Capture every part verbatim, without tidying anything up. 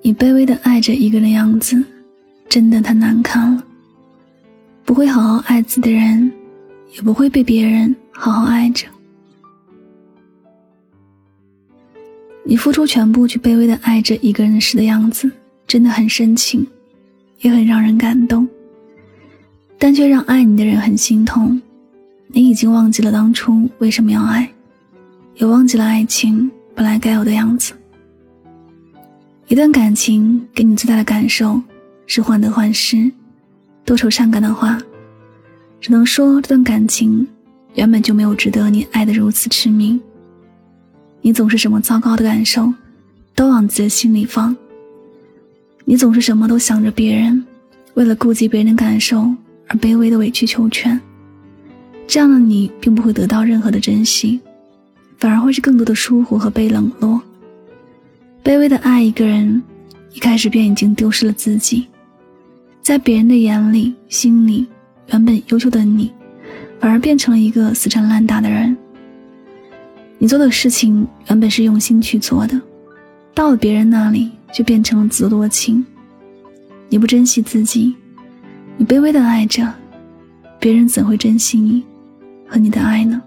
你卑微的爱着一个人的样子真的太难看了。不会好好爱自己的人，也不会被别人好好爱着。你付出全部去卑微的爱着一个人时的样子真的很深情，也很让人感动，但却让爱你的人很心痛。你已经忘记了当初为什么要爱，也忘记了爱情本来该有的样子。一段感情给你最大的感受是患得患失、多愁善感的话，只能说这段感情原本就没有值得你爱得如此痴迷。你总是什么糟糕的感受都往自己的心里放，你总是什么都想着别人，为了顾及别人的感受而卑微的委曲求全。这样的你并不会得到任何的珍惜，反而会是更多的疏忽和被冷落。卑微的爱一个人，一开始便已经丢失了自己，在别人的眼里心里，原本优秀的你反而变成了一个死缠烂打的人。你做的事情原本是用心去做的，到了别人那里就变成了自作多情。你不珍惜自己，你卑微的爱着，别人怎会珍惜你和你的爱呢？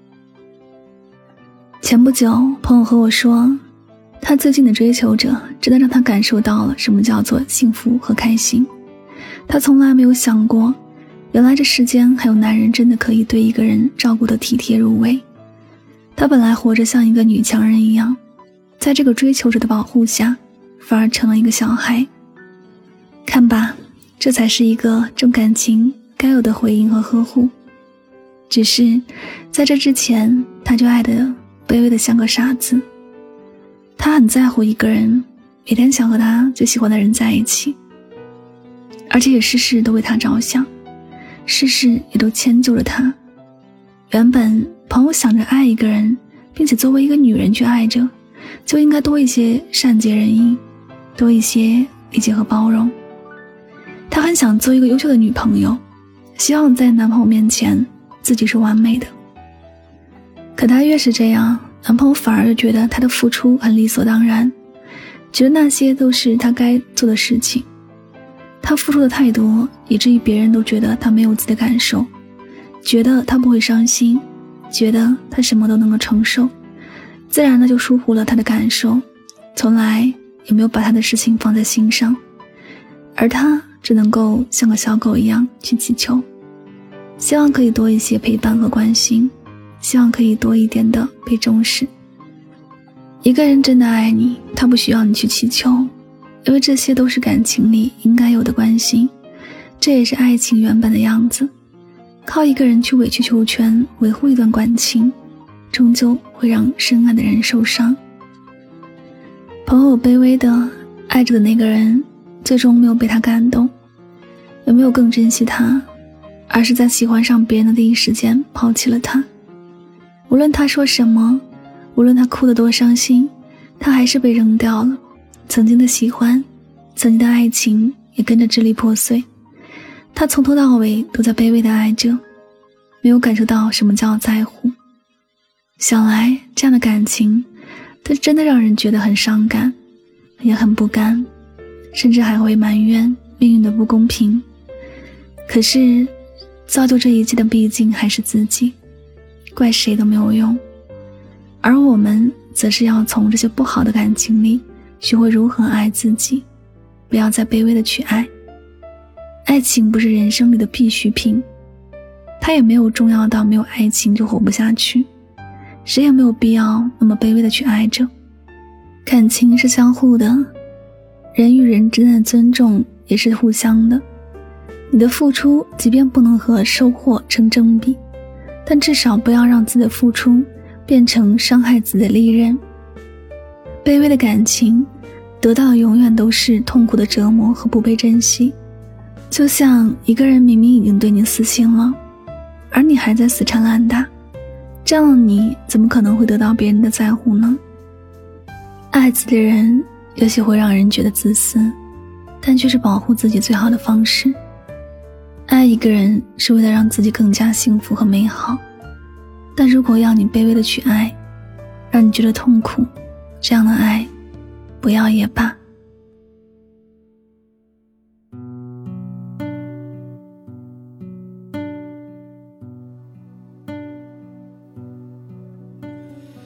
前不久朋友和我说，他最近的追求者真的让他感受到了什么叫做幸福和开心。他从来没有想过，原来这世间还有男人真的可以对一个人照顾得体贴入微。他本来活着像一个女强人一样，在这个追求者的保护下反而成了一个小孩。看吧，这才是一个重感情该有的回应和呵护。只是在这之前，他就爱得卑微的像个傻子。他很在乎一个人，每天想和他最喜欢的人在一起，而且也事事都为他着想，事事也都迁就着他。原本朋友想着爱一个人，并且作为一个女人去爱着，就应该多一些善解人意，多一些理解和包容。她很想做一个优秀的女朋友，希望在男朋友面前自己是完美的。可她越是这样，男朋友反而觉得她的付出很理所当然，觉得那些都是她该做的事情。她付出的太多，以至于别人都觉得她没有自己的感受，觉得她不会伤心，觉得她什么都能够承受，自然的就疏忽了她的感受，从来也没有把她的事情放在心上。而她只能够像个小狗一样去祈求，希望可以多一些陪伴和关心，希望可以多一点的被重视。一个人真的爱你，他不需要你去祈求，因为这些都是感情里应该有的关系，这也是爱情原本的样子。靠一个人去委曲求全维护一段感情，终究会让深爱的人受伤。朋友卑微的爱着的那个人，最终没有被他感动，也没有更珍惜他，而是在喜欢上别人的第一时间抛弃了他。无论他说什么，无论他哭得多伤心，他还是被扔掉了。曾经的喜欢，曾经的爱情也跟着支离破碎。他从头到尾都在卑微的爱着，没有感受到什么叫在乎。想来这样的感情，它真的让人觉得很伤感，也很不甘，甚至还会埋怨命运的不公平。可是造就这一切的毕竟还是自己，怪谁都没有用。而我们则是要从这些不好的感情里学会如何爱自己，不要再卑微的去爱。爱情不是人生里的必需品，它也没有重要到没有爱情就活不下去，谁也没有必要那么卑微的去爱着。感情是相互的，人与人之间的尊重也是互相的。你的付出即便不能和收获成正比，但至少不要让自己的付出变成伤害自己的利刃。卑微的感情得到的永远都是痛苦的折磨和不被珍惜。就像一个人明明已经对你死心了，而你还在死缠烂打，这样的你怎么可能会得到别人的在乎呢？爱自己的人也许会让人觉得自私，但却是保护自己最好的方式。爱一个人是为了让自己更加幸福和美好，但如果要你卑微的去爱，让你觉得痛苦，这样的爱不要也罢。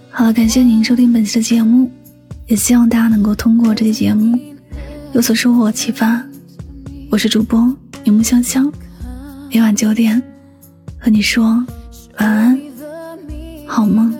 好了，感谢您收听本期的节目，也希望大家能够通过这期节目有所收获和启发。我是主播云木香香，每晚九点和你说晚安，好梦。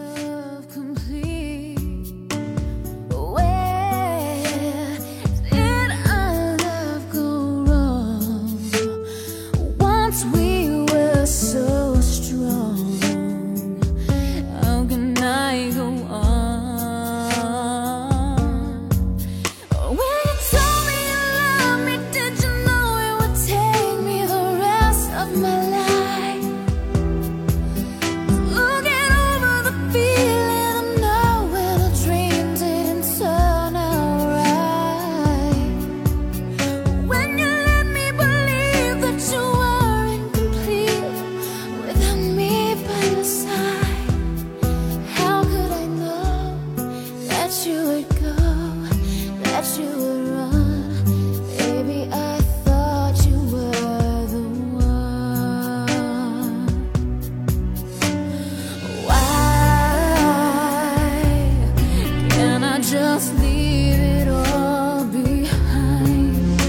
Just leave it all behind.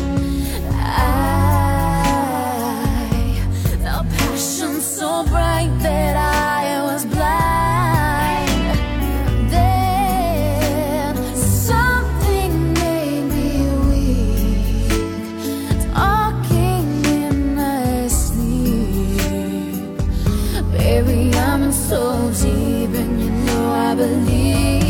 I felt passion so bright that I was blind. Then something made me weak, talking in my sleep. Baby, I'm in so deep, and you know I believe.